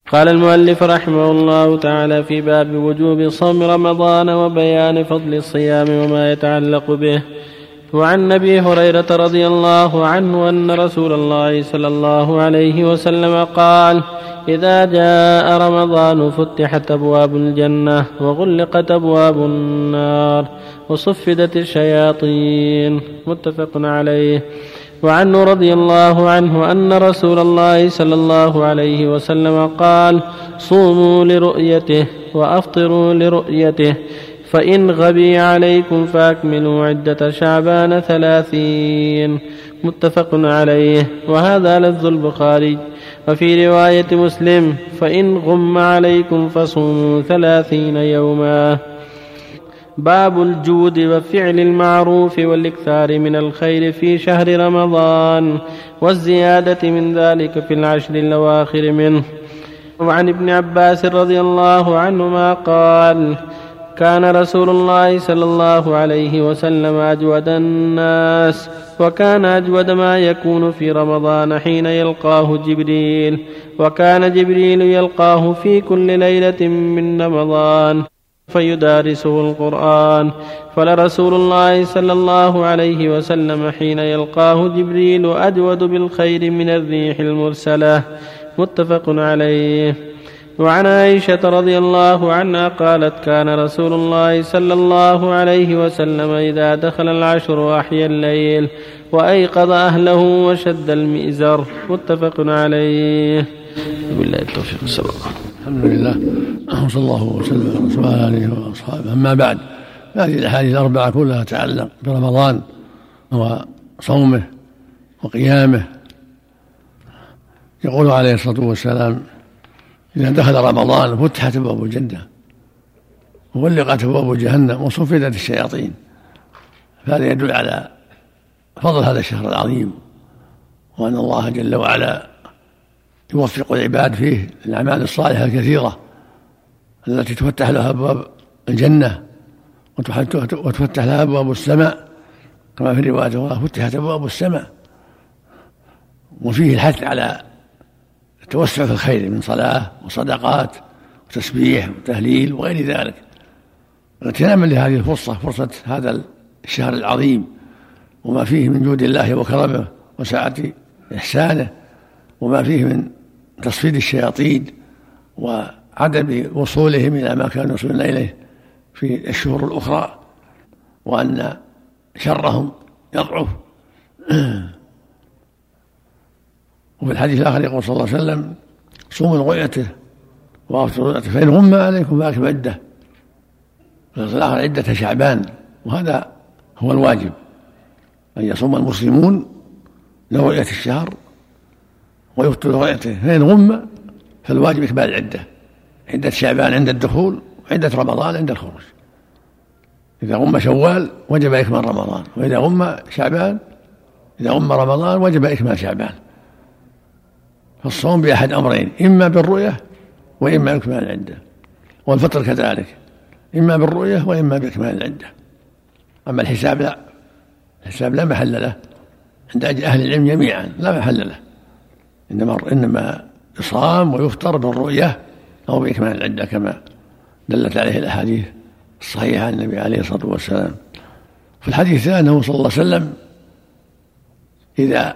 قال المؤلف رحمه الله تعالى في باب وجوب صوم رمضان وبيان فضل الصيام وما يتعلق به. وعن أبي هريرة رضي الله عنه أن رسول الله صلى الله عليه وسلم قال: إذا جاء رمضان فتحت أبواب الجنة وغلقت أبواب النار وصفدت الشياطين. متفق عليه. وعنه رضي الله عنه أن رسول الله صلى الله عليه وسلم قال: صوموا لرؤيته وأفطروا لرؤيته، فإن غبي عليكم فأكملوا عدة شعبان 30. متفق عليه. وهذا لفظ البخاري. وفي رواية مسلم: فإن غم عليكم فصوموا 30 يوما. باب الجود وفعل المعروف والإكثار من الخير في شهر رمضان والزيادة من ذلك في العشر الأواخر منه. وعن ابن عباس رضي الله عنهما قال: كان رسول الله صلى الله عليه وسلم أجود الناس، وكان أجود ما يكون في رمضان حين يلقاه جبريل، وكان جبريل يلقاه في كل ليلة من رمضان فيدارسه القرآن، فلرسول الله صلى الله عليه وسلم حين يلقاه جبريل أجود بالخير من الريح المرسلة. متفق عليه. وعن عائشة رضي الله عنها قالت: كان رسول الله صلى الله عليه وسلم إذا دخل العشر أحيا الليل وأيقظ أهله وشد المئزر. متفق عليه. بالله التوفيق. الحمد لله وصلى الله وسلم على رسول الله وأصحابه. أما بعد، هذه الأحاديث الأربعة كلها تتعلق برمضان وصومه وقيامه. يقول عليه الصلاة والسلام: إذا دخل رمضان فتحت أبواب الجنة وغلقت أبواب جهنم وصفدت الشياطين. فهذا يدل على فضل هذا الشهر العظيم، وأن الله جل وعلا يوفق العباد فيه للأعمال الصالحة الكثيرة التي تفتح لها أبواب الجنة وتفتح لها أبواب السماء، كما في رواية الله: فتحت أبواب السماء. وفيه الحث على التوسع في الخير من صلاة وصدقات وتسبيح وتهليل وغير ذلك، اغتناما لهذه الفرصة، فرصة هذا الشهر العظيم وما فيه من جود الله وكرمه وسعة إحسانه، وما فيه من تصفيد الشياطين وعدم وصولهم إلى ما كانوا يصلون إليه في الشهور الأخرى، وأن شرهم يضعف. وفي الحديث الآخر يقول صلى الله عليه وسلم: صوموا لرؤيته وأفطروا لرؤيته، فإن غم عليكم فأكملوا عدة. في الآخر عدة شعبان. وهذا هو الواجب، أن يصوم المسلمون لرؤية الشهر ويفطر لرؤيته، فإن غم فالواجب إكمال العدة، عدة شعبان عند الدخول وعدة رمضان عند الخروج. إذا غم شوال وجب إكمال رمضان، وإذا غم شعبان، إذا غم رمضان وجب إكمال شعبان. فالصوم بأحد أمرين: إما بالرؤية وإما بإكمال العدة. والفطر كذلك، إما بالرؤية وإما بإكمال العدة. أما الحساب لا، الحساب لا محل له عند أهل العلم جميعا، لا محل له، إنما يصام ويفطر بالرؤية أو بإكمال العدة كما دلت عليه الأحاديث الصحيحة عن النبي عليه الصلاة والسلام. في الحديث أنه صلى الله عليه وسلم إذا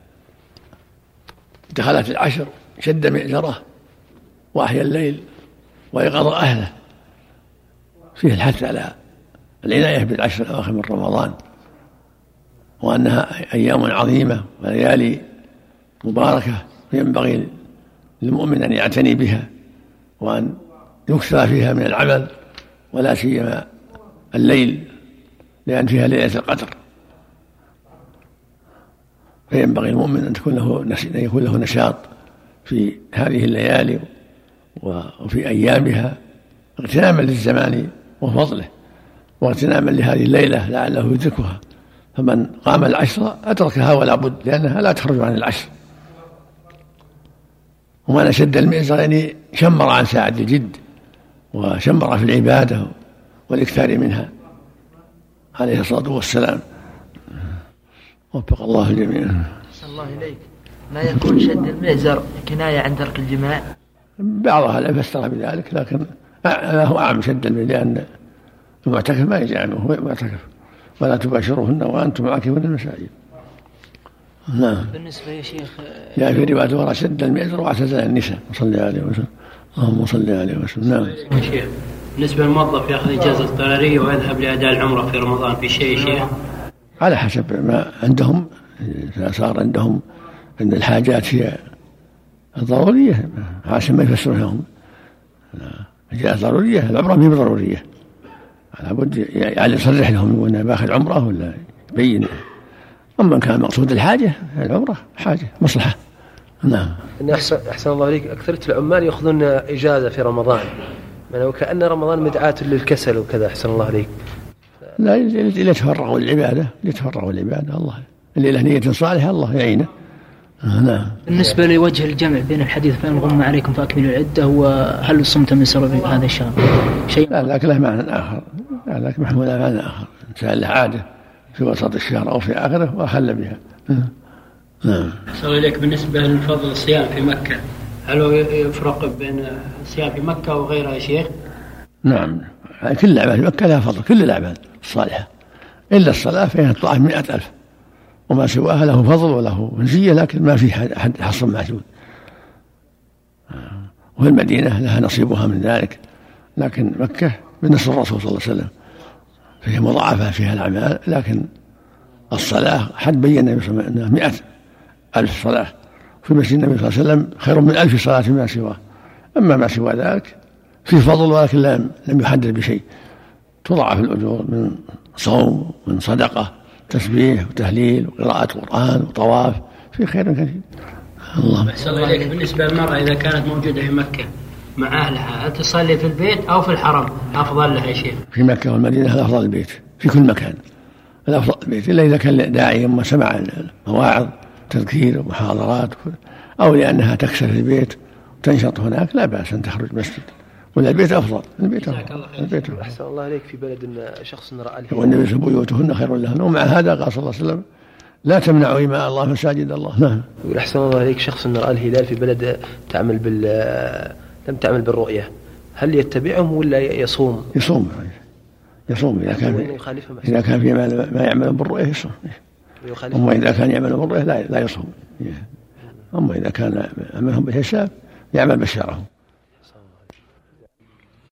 دخلت العشر شد مئزره وأحيا الليل وأيقظ أهله. فيه الحث على العناية بالعشر الأواخر من رمضان، وأنها أيام عظيمة وليالي مباركة ينبغي للمؤمن أن يعتني بها وأن يكثر فيها من العمل، ولا سيما الليل لأن فيها ليلة القدر. فينبغي المؤمن أن يكون له نشاط في هذه الليالي وفي أيامها، اغتناما للزمان وفضله، واغتناما لهذه الليلة لعله يدركها. فمن قام العشر أدركها ولا بد، لأنها لا تخرج عن العشر. ومن أشد المئزر يعني شمر عن ساعة الجد وشمر في العبادة والإكثار منها عليه الصلاة والسلام. وفق الله الجميع. صلى الله إليك. ما يكون شد المئزر كناية عن ترك الجماع؟ بعضها لا فسر بذلك، لكن هو أعم شدا لأن المعتكف ما يجعله هو معتكف، ولا تباشرهن وأنتم عاكفون المساجد. نعم. بالنسبة يا شيخ يعني في رواية ورا شد المئزر واعتزل النساء صلى عليه وسلم. اللهم صل عليه وسلم. نعم. يا شيخ بالنسبة للموظف يأخذ إجازة اضطرارية ويذهب لأداء العمرة في رمضان في شيء يا شيخ؟ على حسب ما عندهم، إذا صار عندهم أن الحاجات هي ضرورية عشان ما يفسرونهم جاء ضرورية، العمرة ما هي ضرورية، لابد يعني يصرح لهم يقول أنا باخذ عمرة ولا يبين. أما كان مقصود الحاجة العمرة حاجة مصلحة. نعم. إن أحسن الله عليك أكثرة العمال يأخذون إجازة في رمضان، يعني وكأن رمضان مدعاة للكسل وكذا. أحسن الله عليك. لا يتفرغوا العبادة، الله اللي له نية صالحة الله يعينه. نعم. بالنسبة لوجه الجمع بين الحديث فإن غم عليكم فأكملوا العدة، وهل صمت من سبب هذا الشهر شيء؟ لا لكن له معنى آخر، لكن محمول معنى آخر، إنسان له عادة في وسط الشهر أو في آخره وأخل بها. نعم. أحسن إليك بالنسبة لفضل الصيام في مكة، هل هو يفرق بين الصيام في مكة وغيرها يا شيخ؟ نعم، كل الأعمال في مكة لها فضل، كل الأعمال الصالحة إلا الصلاة فإنها تضاعف 100,000، وما سواها له فضل وله مزية، لكن ما في حد حصر محدود. والمدينة لها نصيبها من ذلك، لكن مكة بنص الرسول صلى الله عليه وسلم فهي مضاعفة فيها الأعمال، لكن الصلاة حد بين النبي صلى الله عليه وسلم 100,000 صلاة في مسجد النبي صلى الله عليه وسلم خير من 1000 صلاة ما سواه. أما ما سوى ذلك في فضل، ولكن لم يحدد بشيء. تضاعف الأجور من صوم، من صدقة، تسبيح وتهليل وقراءة قرآن وطواف، في خير كثير. الله أحسن إليك بالنسبة للمرأة إذا كانت موجودة في مكة مع أهلها، هل تصلي في البيت أو في الحرم أفضل لها يا شيخ؟ في مكة والمدينة الأفضل البيت، في كل مكان الأفضل البيت، إلا إذا كان داعي ثم سمع المواعظ تذكير ومحاضرات، أو لأنها تكسر في البيت وتنشط هناك لا بأس أن تخرج مسجد، ولا البيت أفضل. البيت أفضل. أحسن الله عليك في بلد إن شخص رأى الهلال والنبي صلى الله عليه وسلم بيوتهن خير لهن، ومع هذا قال صلى الله عليه وسلم لا تمنعوا إماء الله مساجد الله. نعم. أحسن الله عليك شخص رأى الهلال في بلد لم تعمل بالرؤية، هل يتبعهم ولا يصوم؟ يصوم إذا كان في ما يعمل بالرؤية يصوم، أما إذا كان يعمل بالرؤية لا يصوم. أما إذا كان عملهم بالحساب يعمل بشرهم.